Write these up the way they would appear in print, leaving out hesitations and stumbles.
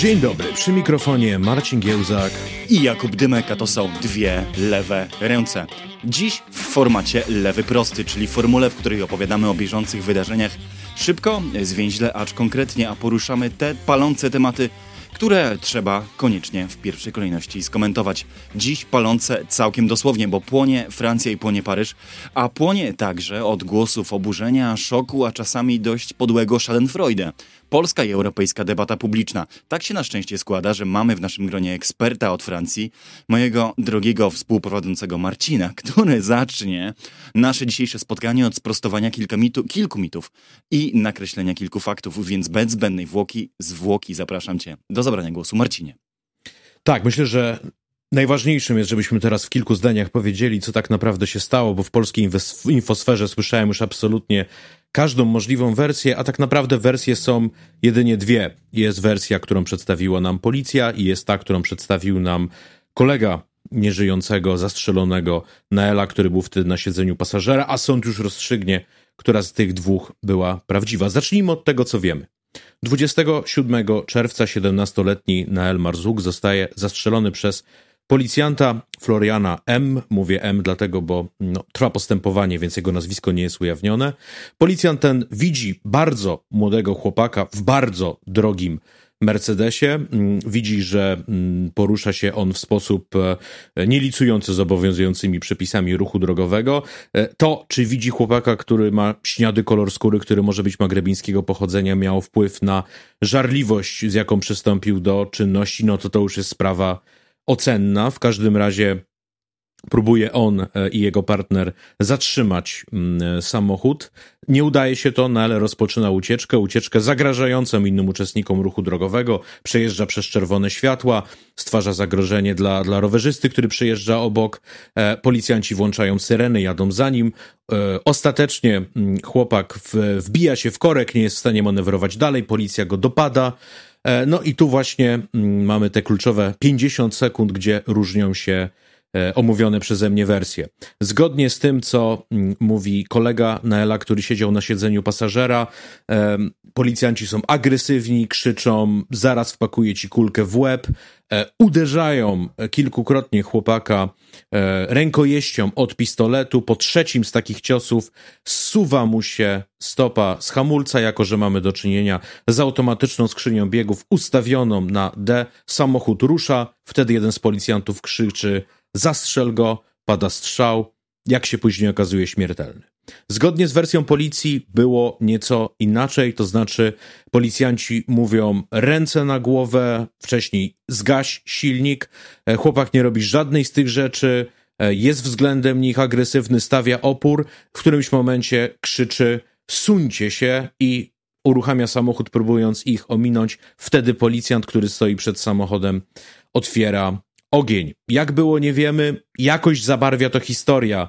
Dzień dobry, przy mikrofonie Marcin Giełzak i Jakub Dymek, a to są dwie lewe ręce. Dziś w formacie lewy prosty, czyli formule, w której opowiadamy o bieżących wydarzeniach szybko, zwięźle, acz konkretnie, a poruszamy te palące tematy, które trzeba koniecznie w pierwszej kolejności skomentować. Dziś palące całkiem dosłownie, bo płonie Francja i płonie Paryż, a płonie także od głosów oburzenia, szoku, a czasami dość podłego schadenfreude. Polska i europejska debata publiczna. Tak się na szczęście składa, że mamy w naszym gronie eksperta od Francji, mojego drogiego współprowadzącego Marcina, który zacznie nasze dzisiejsze spotkanie od sprostowania kilku mitów i nakreślenia kilku faktów, więc bez zbędnej zwłoki zapraszam Cię do zabrania głosu, Marcinie. Tak, myślę, że najważniejszym jest, żebyśmy teraz w kilku zdaniach powiedzieli, co tak naprawdę się stało, bo w polskiej infosferze słyszałem już absolutnie każdą możliwą wersję, a tak naprawdę wersje są jedynie dwie. Jest wersja, którą przedstawiła nam policja i jest ta, którą przedstawił nam kolega nieżyjącego, zastrzelonego Naela, który był wtedy na siedzeniu pasażera, a sąd już rozstrzygnie, która z tych dwóch była prawdziwa. Zacznijmy od tego, co wiemy. 27 czerwca 17-letni Nael Marzouk zostaje zastrzelony przez policjanta Floriana M. Mówię M dlatego, bo trwa postępowanie, więc jego nazwisko nie jest ujawnione. Policjant ten widzi bardzo młodego chłopaka w bardzo drogim Mercedesie. Widzi, że porusza się on w sposób nielicujący z obowiązującymi przepisami ruchu drogowego. To, czy widzi chłopaka, który ma śniady kolor skóry, który może być magrebińskiego pochodzenia, miało wpływ na żarliwość, z jaką przystąpił do czynności, to już jest sprawa ocenna. W każdym razie próbuje on i jego partner zatrzymać samochód. Nie udaje się to, ale rozpoczyna ucieczkę zagrażającą innym uczestnikom ruchu drogowego. Przejeżdża przez czerwone światła, stwarza zagrożenie dla rowerzysty, który przejeżdża obok. Policjanci włączają syreny, jadą za nim. Ostatecznie chłopak wbija się w korek, nie jest w stanie manewrować dalej, policja go dopada. I tu właśnie mamy te kluczowe 50 sekund, gdzie różnią się omówione przeze mnie wersje. Zgodnie z tym, co mówi kolega Naela, który siedział na siedzeniu pasażera, policjanci są agresywni, krzyczą, zaraz wpakuję ci kulkę w łeb, uderzają kilkukrotnie chłopaka rękojeścią od pistoletu. Po trzecim z takich ciosów zsuwa mu się stopa z hamulca, jako że mamy do czynienia z automatyczną skrzynią biegów ustawioną na D. Samochód rusza, wtedy jeden z policjantów krzyczy: zastrzel go, pada strzał, jak się później okazuje śmiertelny. Zgodnie z wersją policji było nieco inaczej, to znaczy policjanci mówią ręce na głowę, wcześniej zgaś silnik, chłopak nie robi żadnej z tych rzeczy, jest względem nich agresywny, stawia opór, w którymś momencie krzyczy suńcie się i uruchamia samochód, próbując ich ominąć. Wtedy policjant, który stoi przed samochodem, otwiera ogień. Jak było, nie wiemy. Jakoś zabarwia to historia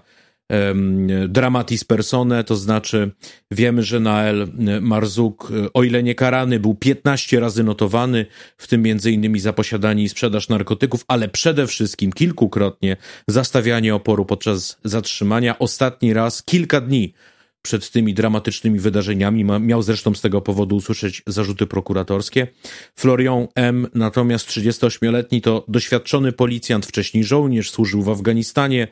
dramatis personae, to znaczy wiemy, że Nael Marzouk, o ile nie karany, był 15 razy notowany, w tym m.in. za posiadanie i sprzedaż narkotyków, ale przede wszystkim kilkukrotnie za stawianie oporu podczas zatrzymania. Ostatni raz kilka dni przed tymi dramatycznymi wydarzeniami miał zresztą z tego powodu usłyszeć zarzuty prokuratorskie. Florian M., natomiast 38-letni, to doświadczony policjant, wcześniej żołnierz, służył w Afganistanie.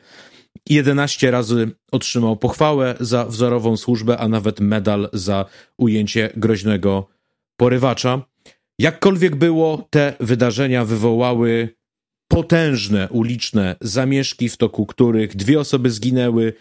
11 razy otrzymał pochwałę za wzorową służbę, a nawet medal za ujęcie groźnego porywacza. Jakkolwiek było, te wydarzenia wywołały potężne uliczne zamieszki, w toku których 2 osoby zginęły,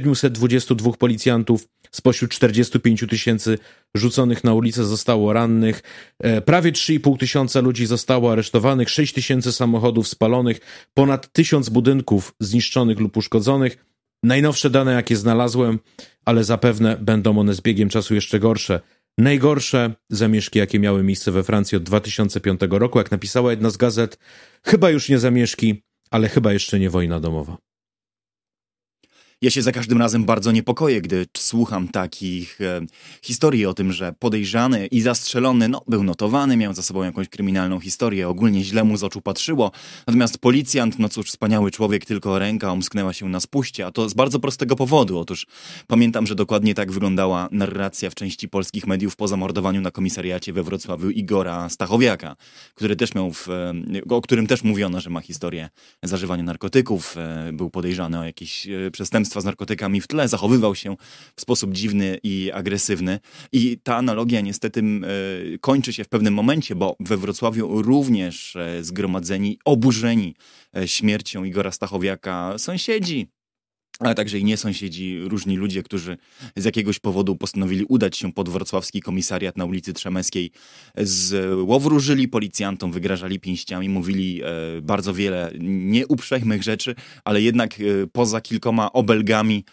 722 policjantów spośród 45 000 rzuconych na ulicę zostało rannych, prawie 3,5 tysiąca ludzi zostało aresztowanych, 6 000 samochodów spalonych, ponad 1000 budynków zniszczonych lub uszkodzonych. Najnowsze dane, jakie znalazłem, ale zapewne będą one z biegiem czasu jeszcze gorsze. Najgorsze zamieszki, jakie miały miejsce we Francji od 2005 roku. Jak napisała jedna z gazet, chyba już nie zamieszki, ale chyba jeszcze nie wojna domowa. Ja się za każdym razem bardzo niepokoję, gdy słucham takich historii o tym, że podejrzany i zastrzelony był notowany, miał za sobą jakąś kryminalną historię, ogólnie źle mu z oczu patrzyło, natomiast policjant, no cóż, wspaniały człowiek, tylko ręka omsknęła się na spuście, a to z bardzo prostego powodu. Otóż pamiętam, że dokładnie tak wyglądała narracja w części polskich mediów po zamordowaniu na komisariacie we Wrocławiu Igora Stachowiaka, który też miał o którym też mówiono, że ma historię zażywania narkotyków, był podejrzany o jakieś przestępstwa z narkotykami w tle, zachowywał się w sposób dziwny i agresywny. I ta analogia niestety kończy się w pewnym momencie, bo we Wrocławiu również zgromadzeni, oburzeni śmiercią Igora Stachowiaka sąsiedzi, ale także i nie sąsiedzi, różni ludzie, którzy z jakiegoś powodu postanowili udać się pod wrocławski komisariat na ulicy Trzemeckiej, złowróżyli policjantom, wygrażali pięściami, mówili bardzo wiele nieuprzejmych rzeczy, ale jednak poza kilkoma obelgami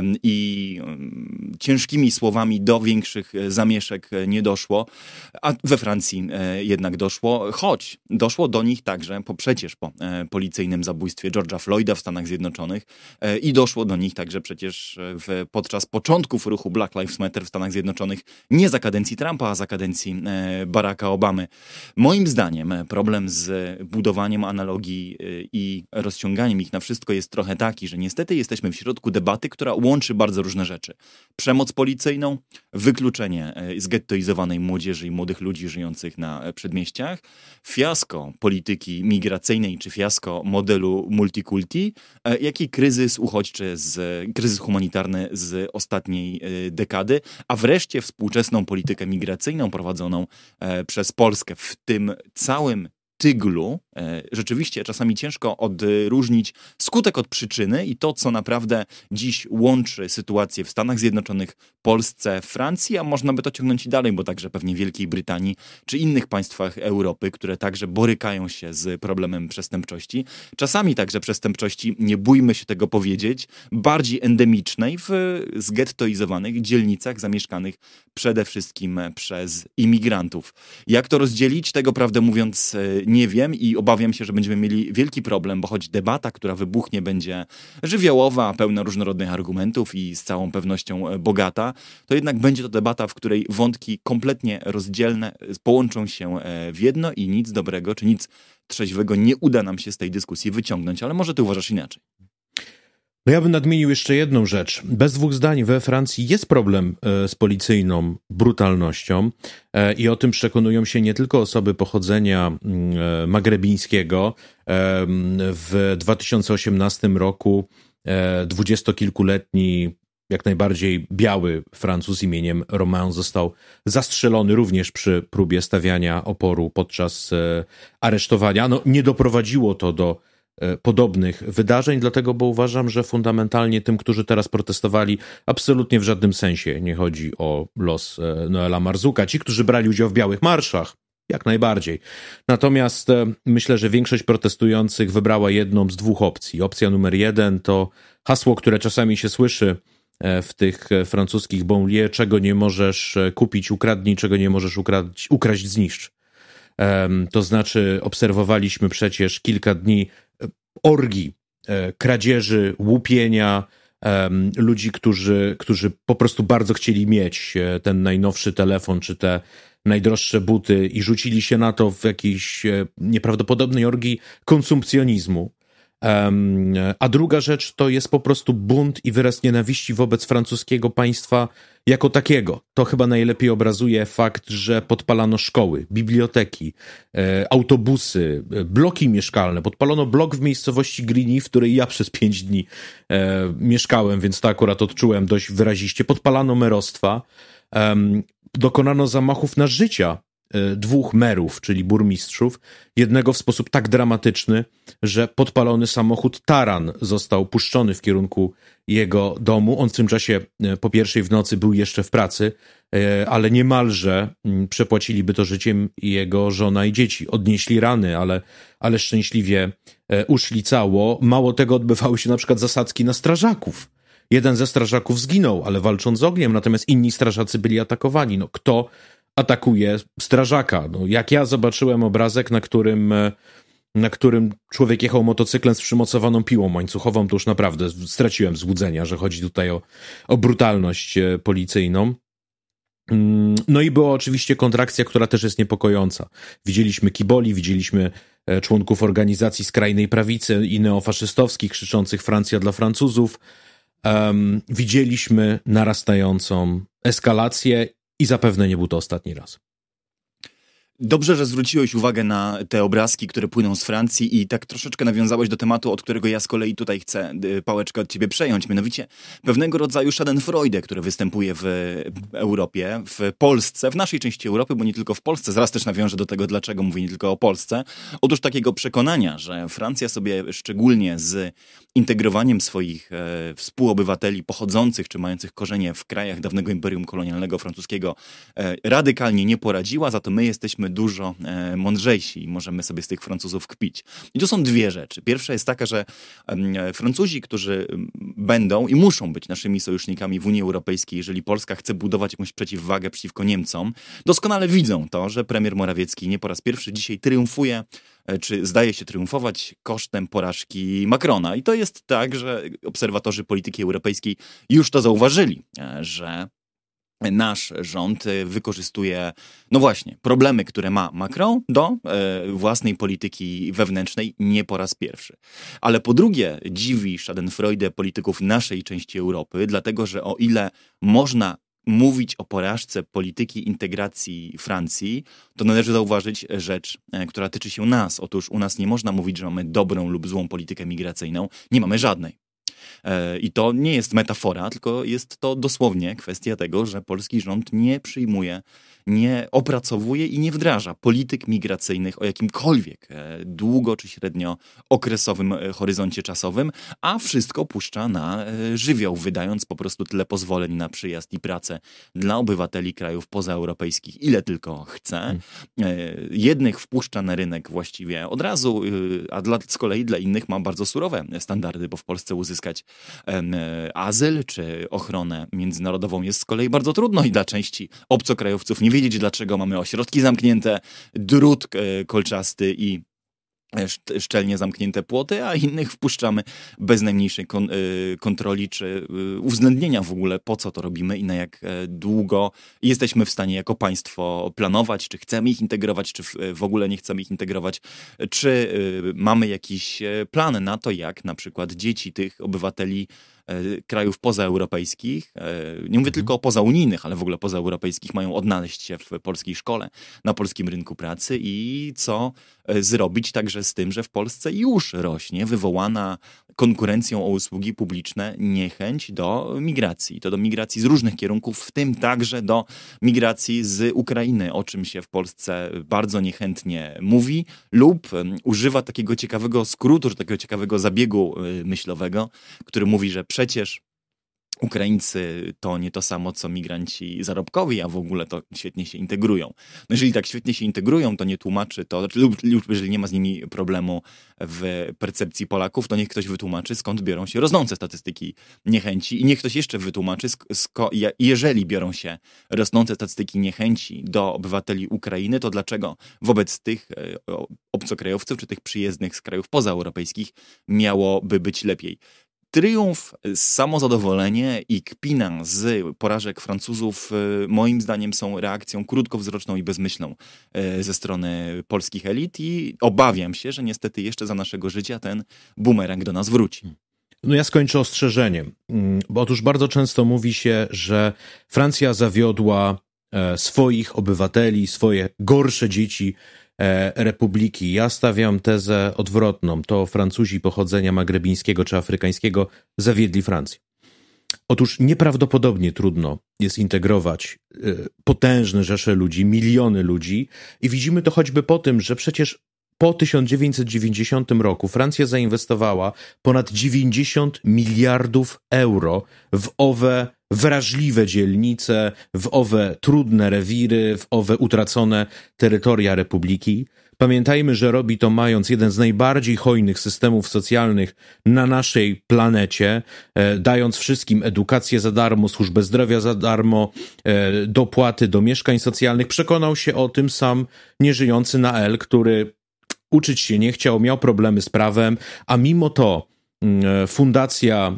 i ciężkimi słowami do większych zamieszek nie doszło, a we Francji jednak doszło, choć doszło do nich także przecież po policyjnym zabójstwie George'a Floyda w Stanach Zjednoczonych i doszło do nich także przecież podczas początków ruchu Black Lives Matter w Stanach Zjednoczonych, nie za kadencji Trumpa, a za kadencji Baracka Obamy. Moim zdaniem problem z budowaniem analogii i rozciąganiem ich na wszystko jest trochę taki, że niestety jesteśmy w środku debaty, która łączy bardzo różne rzeczy. Przemoc policyjną, wykluczenie zgettoizowanej młodzieży i młodych ludzi żyjących na przedmieściach, fiasko polityki migracyjnej czy fiasko modelu multikulti, jak i kryzys uchodźczy, kryzys humanitarny z ostatniej dekady, a wreszcie współczesną politykę migracyjną prowadzoną przez Polskę. W tym całym tyglu rzeczywiście czasami ciężko odróżnić skutek od przyczyny i to, co naprawdę dziś łączy sytuację w Stanach Zjednoczonych, Polsce, Francji, a można by to ciągnąć i dalej, bo także pewnie Wielkiej Brytanii czy innych państwach Europy, które także borykają się z problemem przestępczości. Czasami także przestępczości, nie bójmy się tego powiedzieć, bardziej endemicznej w zgettoizowanych dzielnicach zamieszkanych przede wszystkim przez imigrantów. Jak to rozdzielić? Tego prawdę mówiąc nie wiem i obawiam się, że będziemy mieli wielki problem, bo choć debata, która wybuchnie, będzie żywiołowa, pełna różnorodnych argumentów i z całą pewnością bogata, to jednak będzie to debata, w której wątki kompletnie rozdzielne połączą się w jedno i nic dobrego, czy nic trzeźwego nie uda nam się z tej dyskusji wyciągnąć, ale może ty uważasz inaczej. No ja bym nadmienił jeszcze jedną rzecz. Bez dwóch zdań we Francji jest problem z policyjną brutalnością i o tym przekonują się nie tylko osoby pochodzenia magrebińskiego. W 2018 roku 20-kilkuletni, jak najbardziej biały Francuz imieniem Romain został zastrzelony również przy próbie stawiania oporu podczas aresztowania. No, nie doprowadziło to do podobnych wydarzeń, dlatego, bo uważam, że fundamentalnie tym, którzy teraz protestowali, absolutnie w żadnym sensie nie chodzi o los Noela Marzuka. Ci, którzy brali udział w białych marszach, jak najbardziej. Natomiast myślę, że większość protestujących wybrała jedną z dwóch opcji. Opcja numer 1 to hasło, które czasami się słyszy w tych francuskich banlieues: czego nie możesz kupić, ukradnij, czego nie możesz ukraść, zniszcz. To znaczy obserwowaliśmy przecież kilka dni orgii, kradzieży, łupienia, ludzi, którzy po prostu bardzo chcieli mieć ten najnowszy telefon czy te najdroższe buty i rzucili się na to w jakiejś nieprawdopodobnej orgii konsumpcjonizmu. A druga rzecz to jest po prostu bunt i wyraz nienawiści wobec francuskiego państwa jako takiego. To chyba najlepiej obrazuje fakt, że podpalano szkoły, biblioteki, autobusy, bloki mieszkalne. Podpalono blok w miejscowości Grigny, w której ja przez 5 dni mieszkałem, więc to akurat odczułem dość wyraziście. Podpalano merostwa, dokonano zamachów na życia 2 merów, czyli burmistrzów. Jednego w sposób tak dramatyczny, że podpalony samochód taran został puszczony w kierunku jego domu. On w tym czasie po 1:00 w nocy był jeszcze w pracy, ale niemalże przepłaciliby to życiem jego żona i dzieci. Odnieśli rany, ale szczęśliwie uszli cało. Mało tego, odbywały się na przykład zasadzki na strażaków. Jeden ze strażaków zginął, ale walcząc z ogniem, natomiast inni strażacy byli atakowani. No, kto atakuje strażaka? No, jak ja zobaczyłem obrazek, na którym na którym człowiek jechał motocyklem z przymocowaną piłą łańcuchową, to już naprawdę straciłem złudzenia, że chodzi tutaj o brutalność policyjną. No i była oczywiście kontrakcja, która też jest niepokojąca. Widzieliśmy kiboli, widzieliśmy członków organizacji skrajnej prawicy i neofaszystowskich krzyczących Francja dla Francuzów. Widzieliśmy narastającą eskalację i zapewne nie był to ostatni raz. Dobrze, że zwróciłeś uwagę na te obrazki, które płyną z Francji i tak troszeczkę nawiązałeś do tematu, od którego ja z kolei tutaj chcę pałeczkę od ciebie przejąć, mianowicie pewnego rodzaju schadenfreude, które występuje w Europie, w Polsce, w naszej części Europy, bo nie tylko w Polsce, zaraz też nawiążę do tego, dlaczego mówię nie tylko o Polsce. Otóż takiego przekonania, że Francja sobie szczególnie z integrowaniem swoich współobywateli pochodzących czy mających korzenie w krajach dawnego imperium kolonialnego francuskiego radykalnie nie poradziła, za to my jesteśmy dużo mądrzejsi i możemy sobie z tych Francuzów kpić. I tu są dwie rzeczy. Pierwsza jest taka, że Francuzi, którzy będą i muszą być naszymi sojusznikami w Unii Europejskiej, jeżeli Polska chce budować jakąś przeciwwagę przeciwko Niemcom, doskonale widzą to, że premier Morawiecki nie po raz pierwszy dzisiaj triumfuje, czy zdaje się triumfować kosztem porażki Macrona. I to jest tak, że obserwatorzy polityki europejskiej już to zauważyli, że nasz rząd wykorzystuje, no właśnie, problemy, które ma Macron do własnej polityki wewnętrznej nie po raz pierwszy. Ale po drugie dziwi schadenfreude polityków naszej części Europy, dlatego że o ile można mówić o porażce polityki integracji Francji, to należy zauważyć rzecz, która tyczy się nas. Otóż u nas nie można mówić, że mamy dobrą lub złą politykę migracyjną. Nie mamy żadnej. I to nie jest metafora, tylko jest to dosłownie kwestia tego, że polski rząd nie przyjmuje, nie opracowuje i nie wdraża polityk migracyjnych o jakimkolwiek długo czy średnio okresowym horyzoncie czasowym, a wszystko puszcza na żywioł, wydając po prostu tyle pozwoleń na przyjazd i pracę dla obywateli krajów pozaeuropejskich, ile tylko chce. Jednych wpuszcza na rynek właściwie od razu, a z kolei dla innych ma bardzo surowe standardy, bo w Polsce uzyskać azyl czy ochronę międzynarodową jest z kolei bardzo trudno i dla części obcokrajowców nie wiedzieć, dlaczego mamy ośrodki zamknięte, drut kolczasty i szczelnie zamknięte płoty, a innych wpuszczamy bez najmniejszej kontroli czy uwzględnienia w ogóle, po co to robimy i na jak długo jesteśmy w stanie jako państwo planować, czy chcemy ich integrować, czy w ogóle nie chcemy ich integrować, czy mamy jakiś plan na to, jak na przykład dzieci tych obywateli krajów pozaeuropejskich, nie mówię tylko o pozaunijnych, ale w ogóle pozaeuropejskich, mają odnaleźć się w polskiej szkole, na polskim rynku pracy i co zrobić także z tym, że w Polsce już rośnie wywołana konkurencją o usługi publiczne niechęć do migracji. To do migracji z różnych kierunków, w tym także do migracji z Ukrainy, o czym się w Polsce bardzo niechętnie mówi lub używa takiego ciekawego skrótu, czy takiego ciekawego zabiegu myślowego, który mówi, że przecież Ukraińcy to nie to samo, co migranci zarobkowi, a w ogóle to świetnie się integrują. No jeżeli tak świetnie się integrują, to nie tłumaczy to, lub jeżeli nie ma z nimi problemu w percepcji Polaków, to niech ktoś wytłumaczy, skąd biorą się rosnące statystyki niechęci i niech ktoś jeszcze wytłumaczy, jeżeli biorą się rosnące statystyki niechęci do obywateli Ukrainy, to dlaczego wobec tych obcokrajowców, czy tych przyjezdnych z krajów pozaeuropejskich miałoby być lepiej. Tryumf, samozadowolenie i kpina z porażek Francuzów moim zdaniem są reakcją krótkowzroczną i bezmyślną ze strony polskich elit i obawiam się, że niestety jeszcze za naszego życia ten bumerang do nas wróci. No ja skończę ostrzeżeniem, bo otóż bardzo często mówi się, że Francja zawiodła swoich obywateli, swoje gorsze dzieci republiki. Ja stawiam tezę odwrotną. To Francuzi pochodzenia magrebińskiego czy afrykańskiego zawiedli Francję. Otóż nieprawdopodobnie trudno jest integrować potężne rzesze ludzi, miliony ludzi i widzimy to choćby po tym, że przecież po 1990 roku Francja zainwestowała ponad 90 miliardów euro w owe wrażliwe dzielnice, w owe trudne rewiry, w owe utracone terytoria republiki. Pamiętajmy, że robi to mając jeden z najbardziej hojnych systemów socjalnych na naszej planecie, dając wszystkim edukację za darmo, służbę zdrowia za darmo, dopłaty do mieszkań socjalnych. Przekonał się o tym sam nieżyjący Nael, który uczyć się nie chciał, miał problemy z prawem, a mimo to fundacja,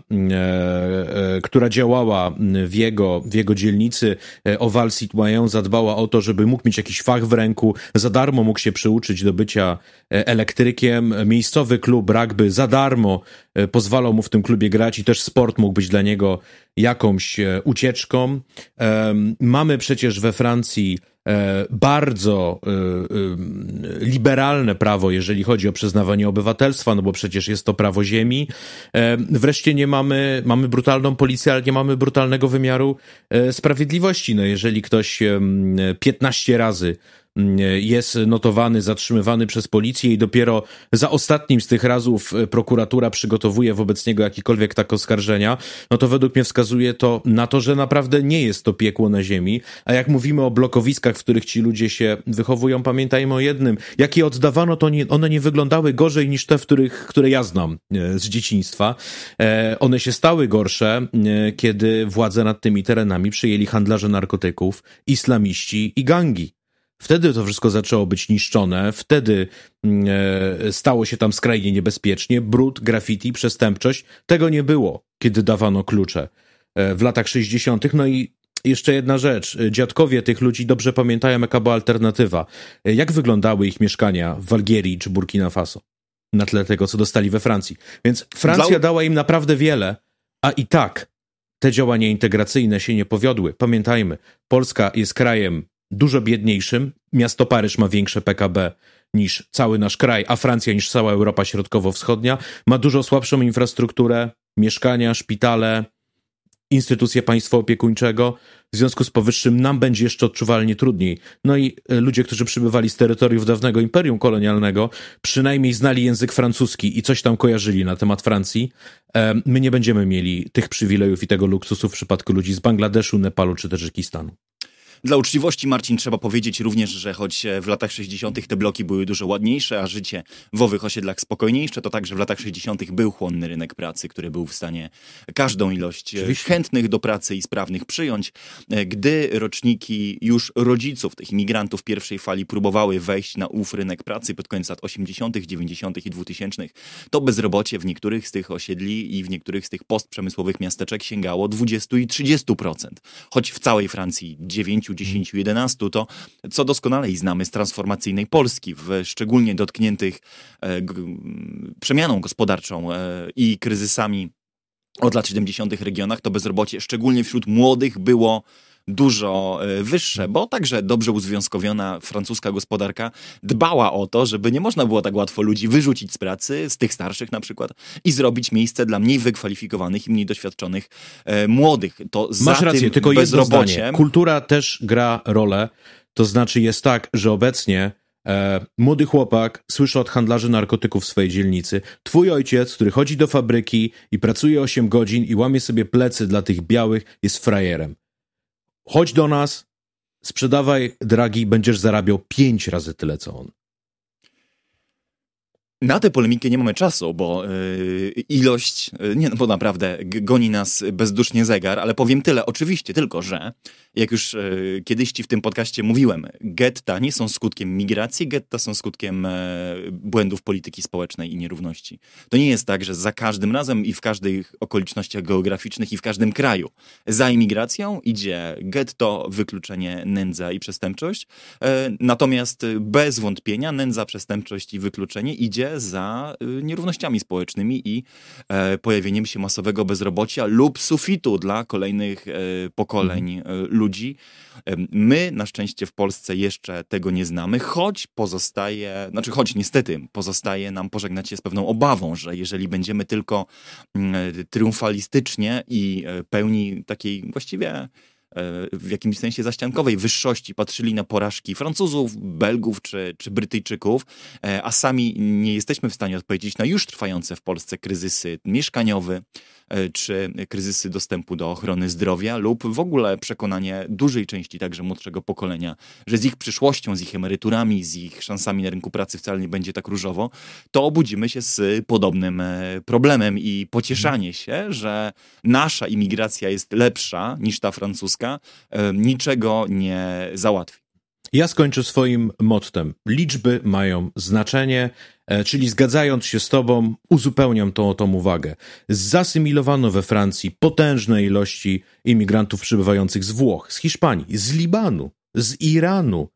która działała w jego dzielnicy, Oval Citoyen, zadbała o to, żeby mógł mieć jakiś fach w ręku, za darmo mógł się przyuczyć do bycia elektrykiem. Miejscowy klub rugby za darmo pozwalał mu w tym klubie grać i też sport mógł być dla niego jakąś ucieczką. Mamy przecież we Francji bardzo liberalne prawo, jeżeli chodzi o przyznawanie obywatelstwa, no bo przecież jest to prawo ziemi. Wreszcie nie mamy brutalną policję, ale nie mamy brutalnego wymiaru sprawiedliwości. No jeżeli ktoś 15 razy jest notowany, zatrzymywany przez policję i dopiero za ostatnim z tych razów prokuratura przygotowuje wobec niego jakiekolwiek tak oskarżenia, no to według mnie wskazuje to na to, że naprawdę nie jest to piekło na ziemi. A jak mówimy o blokowiskach, w których ci ludzie się wychowują, pamiętajmy o jednym. Jak je oddawano, to one nie wyglądały gorzej niż te, które ja znam z dzieciństwa. One się stały gorsze, kiedy władzę nad tymi terenami przejęli handlarze narkotyków, islamiści i gangi. Wtedy to wszystko zaczęło być niszczone, wtedy stało się tam skrajnie niebezpiecznie, brud, graffiti, przestępczość. Tego nie było, kiedy dawano klucze w latach 60. No i jeszcze jedna rzecz. Dziadkowie tych ludzi dobrze pamiętają, jaka była alternatywa. Jak wyglądały ich mieszkania w Algierii czy Burkina Faso na tle tego, co dostali we Francji. Więc Francja dała im naprawdę wiele, a i tak te działania integracyjne się nie powiodły. Pamiętajmy, Polska jest krajem dużo biedniejszym. Miasto Paryż ma większe PKB niż cały nasz kraj, a Francja niż cała Europa Środkowo-Wschodnia. Ma dużo słabszą infrastrukturę, mieszkania, szpitale, instytucje państwa opiekuńczego. W związku z powyższym nam będzie jeszcze odczuwalnie trudniej. No i ludzie, którzy przybywali z terytoriów dawnego imperium kolonialnego, przynajmniej znali język francuski i coś tam kojarzyli na temat Francji. My nie będziemy mieli tych przywilejów i tego luksusu w przypadku ludzi z Bangladeszu, Nepalu czy Tadżykistanu. Dla uczciwości, Marcin, trzeba powiedzieć również, że choć w latach 60. te bloki były dużo ładniejsze, a życie w owych osiedlach spokojniejsze, to także w latach 60. był chłonny rynek pracy, który był w stanie każdą ilość chętnych do pracy i sprawnych przyjąć. Gdy roczniki już rodziców tych imigrantów pierwszej fali próbowały wejść na ów rynek pracy pod koniec lat 80., 90. i 2000, to bezrobocie w niektórych z tych osiedli i w niektórych z tych postprzemysłowych miasteczek sięgało 20 i 30%. Choć w całej Francji 9, 10, 11, to co doskonale znamy z transformacyjnej Polski, w szczególnie dotkniętych przemianą gospodarczą i kryzysami od lat 70. regionach, to bezrobocie, szczególnie wśród młodych, było dużo wyższe, bo także dobrze uzwiązkowiona francuska gospodarka dbała o to, żeby nie można było tak łatwo ludzi wyrzucić z pracy, z tych starszych na przykład, i zrobić miejsce dla mniej wykwalifikowanych i mniej doświadczonych młodych. To masz za rację, tym tylko jedno zdanie. bezrobociem... Kultura też gra rolę, to znaczy jest tak, że obecnie młody chłopak słyszy od handlarzy narkotyków w swojej dzielnicy: twój ojciec, który chodzi do fabryki i pracuje 8 godzin i łamie sobie plecy dla tych białych, jest frajerem. Chodź do nas, sprzedawaj dragi, będziesz zarabiał 5 razy tyle, co on. Na tę polemikę nie mamy czasu, bo ilość, bo naprawdę goni nas bezdusznie zegar, ale powiem tyle, oczywiście, tylko że, jak już kiedyś ci w tym podcaście mówiłem, getta nie są skutkiem migracji, getta są skutkiem błędów polityki społecznej i nierówności. To nie jest tak, że za każdym razem i w każdych okolicznościach geograficznych i w każdym kraju za imigracją idzie getto, wykluczenie, nędza i przestępczość, natomiast bez wątpienia nędza, przestępczość i wykluczenie idzie za nierównościami społecznymi i pojawieniem się masowego bezrobocia lub sufitu dla kolejnych pokoleń ludzi. My na szczęście w Polsce jeszcze tego nie znamy, choć niestety pozostaje nam pożegnać się z pewną obawą, że jeżeli będziemy tylko triumfalistycznie i pełni takiej właściwie w jakimś sensie zaściankowej wyższości patrzyli na porażki Francuzów, Belgów czy Brytyjczyków, a sami nie jesteśmy w stanie odpowiedzieć na już trwające w Polsce kryzysy mieszkaniowe, czy kryzysy dostępu do ochrony zdrowia lub w ogóle przekonanie dużej części także młodszego pokolenia, że z ich przyszłością, z ich emeryturami, z ich szansami na rynku pracy wcale nie będzie tak różowo, to obudzimy się z podobnym problemem i pocieszanie się, że nasza imigracja jest lepsza niż ta francuska, niczego nie załatwi. Ja skończę swoim mottem. Liczby mają znaczenie. Czyli zgadzając się z tobą, uzupełniam tą uwagę. Zasymilowano we Francji potężne ilości imigrantów przybywających z Włoch, z Hiszpanii, z Libanu, z Iranu,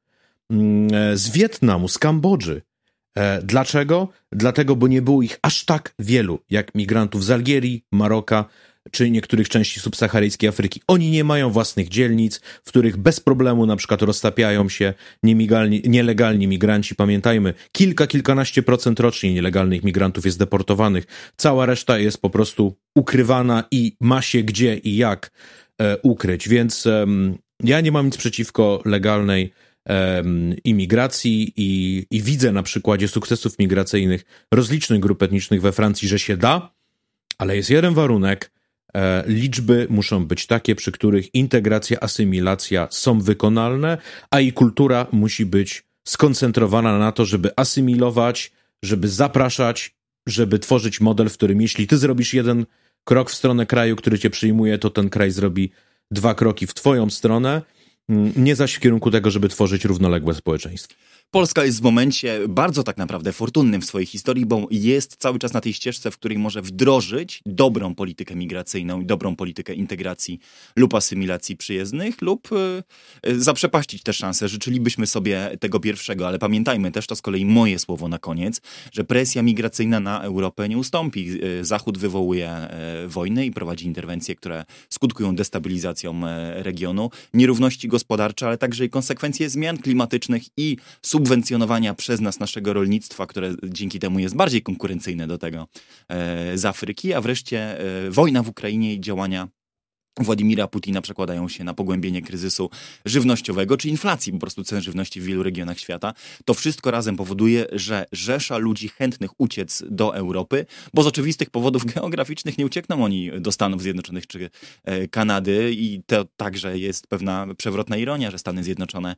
z Wietnamu, z Kambodży. Dlaczego? Dlatego, bo nie było ich aż tak wielu, jak migrantów z Algierii, Maroka, czy niektórych części subsaharyjskiej Afryki. Oni nie mają własnych dzielnic, w których bez problemu na przykład roztapiają się nielegalni migranci. Pamiętajmy, kilkanaście procent rocznie nielegalnych migrantów jest deportowanych. Cała reszta jest po prostu ukrywana i ma się gdzie i jak ukryć. Więc ja nie mam nic przeciwko legalnej imigracji i widzę na przykładzie sukcesów migracyjnych rozlicznych grup etnicznych we Francji, że się da, ale jest jeden warunek. Liczby muszą być takie, przy których integracja, asymilacja są wykonalne, a i kultura musi być skoncentrowana na to, żeby asymilować, żeby zapraszać, żeby tworzyć model, w którym jeśli ty zrobisz jeden krok w stronę kraju, który cię przyjmuje, to ten kraj zrobi 2 kroki w twoją stronę, nie zaś w kierunku tego, żeby tworzyć równoległe społeczeństwo. Polska jest w momencie bardzo tak naprawdę fortunnym w swojej historii, bo jest cały czas na tej ścieżce, w której może wdrożyć dobrą politykę migracyjną i dobrą politykę integracji lub asymilacji przyjezdnych lub zaprzepaścić te szanse. Życzylibyśmy sobie tego pierwszego, ale pamiętajmy też, to z kolei moje słowo na koniec, że presja migracyjna na Europę nie ustąpi. Zachód wywołuje wojny i prowadzi interwencje, które skutkują destabilizacją regionu, nierówności gospodarcze, ale także i konsekwencje zmian klimatycznych i subwencjonowania przez nas naszego rolnictwa, które dzięki temu jest bardziej konkurencyjne do tego z Afryki, a wreszcie wojna w Ukrainie i działania Władimira Putina przekładają się na pogłębienie kryzysu żywnościowego, czy inflacji po prostu cen żywności w wielu regionach świata. To wszystko razem powoduje, że rzesza ludzi chętnych uciec do Europy, bo z oczywistych powodów geograficznych nie uciekną oni do Stanów Zjednoczonych czy Kanady i to także jest pewna przewrotna ironia, że Stany Zjednoczone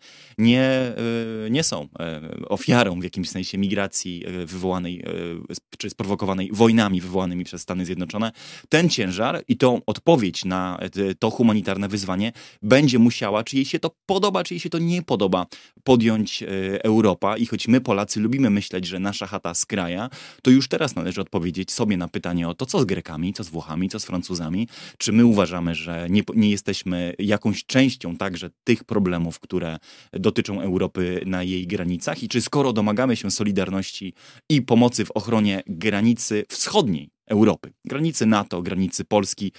nie są ofiarą w jakimś sensie migracji wywołanej czy sprowokowanej wojnami wywołanymi przez Stany Zjednoczone. Ten ciężar i tą odpowiedź na to humanitarne wyzwanie będzie musiała, czy jej się to podoba, czy jej się to nie podoba, podjąć Europa. I choć my Polacy lubimy myśleć, że nasza chata skraja, to już teraz należy odpowiedzieć sobie na pytanie o to, co z Grekami, co z Włochami, co z Francuzami. Czy my uważamy, że nie jesteśmy jakąś częścią także tych problemów, które dotyczą Europy na jej granicach i czy skoro domagamy się solidarności i pomocy w ochronie granicy wschodniej Europy, granicy NATO, granicy Polski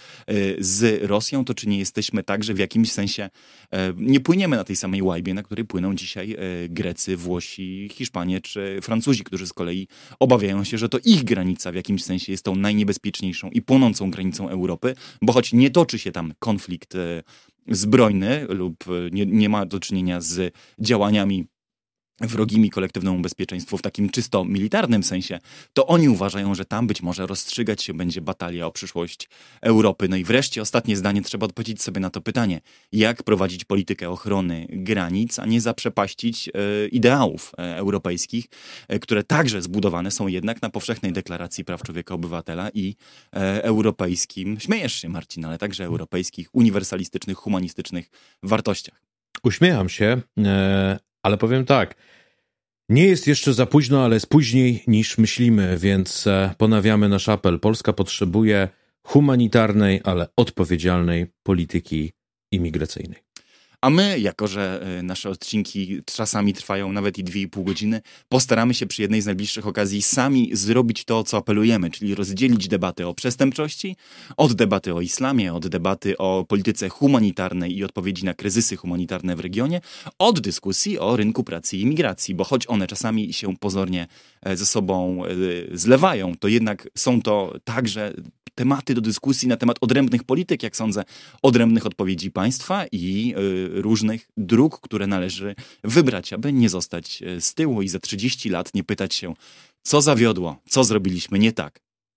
z Rosją, to czy nie jesteśmy także w jakimś sensie, nie płyniemy na tej samej łajbie, na której płyną dzisiaj Grecy, Włosi, Hiszpanie czy Francuzi, którzy z kolei obawiają się, że to ich granica w jakimś sensie jest tą najniebezpieczniejszą i płonącą granicą Europy, bo choć nie toczy się tam konflikt zbrojny lub nie ma do czynienia z działaniami wrogimi kolektywnemu bezpieczeństwu w takim czysto militarnym sensie, to oni uważają, że tam być może rozstrzygać się będzie batalia o przyszłość Europy. No i wreszcie ostatnie zdanie, trzeba odpowiedzieć sobie na to pytanie. Jak prowadzić politykę ochrony granic, a nie zaprzepaścić ideałów europejskich, które także zbudowane są jednak na powszechnej deklaracji praw człowieka obywatela i europejskim, śmiejesz się Marcin, ale także europejskich, uniwersalistycznych, humanistycznych wartościach. Uśmiecham się, ale powiem tak, nie jest jeszcze za późno, ale jest później niż myślimy, więc ponawiamy nasz apel. Polska potrzebuje humanitarnej, ale odpowiedzialnej polityki imigracyjnej. A my, jako że nasze odcinki czasami trwają nawet i 2,5 godziny, postaramy się przy jednej z najbliższych okazji sami zrobić to, o co apelujemy, czyli rozdzielić debatę o przestępczości od debaty o islamie, od debaty o polityce humanitarnej i odpowiedzi na kryzysy humanitarne w regionie, od dyskusji o rynku pracy i imigracji, bo choć one czasami się pozornie ze sobą zlewają, to jednak są to także tematy do dyskusji na temat odrębnych polityk, jak sądzę, odrębnych odpowiedzi państwa i różnych dróg, które należy wybrać, aby nie zostać z tyłu i za 30 lat nie pytać się, co zawiodło, co zrobiliśmy nie tak.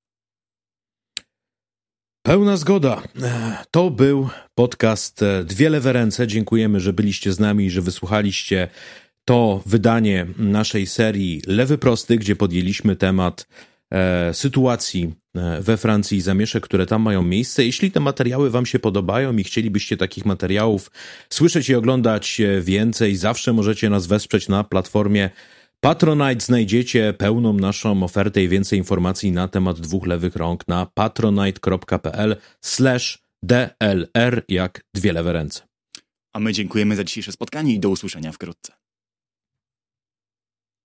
Pełna zgoda. To był podcast Dwie lewe ręce. Dziękujemy, że byliście z nami i że wysłuchaliście to wydanie naszej serii Lewy Prosty, gdzie podjęliśmy temat sytuacji we Francji i zamieszek, które tam mają miejsce. Jeśli te materiały wam się podobają i chcielibyście takich materiałów słyszeć i oglądać więcej, zawsze możecie nas wesprzeć na platformie Patronite znajdziecie pełną naszą ofertę i więcej informacji na temat 2 lewych rąk na patronite.pl/DLR jak 2 lewe ręce. A my dziękujemy za dzisiejsze spotkanie i do usłyszenia wkrótce.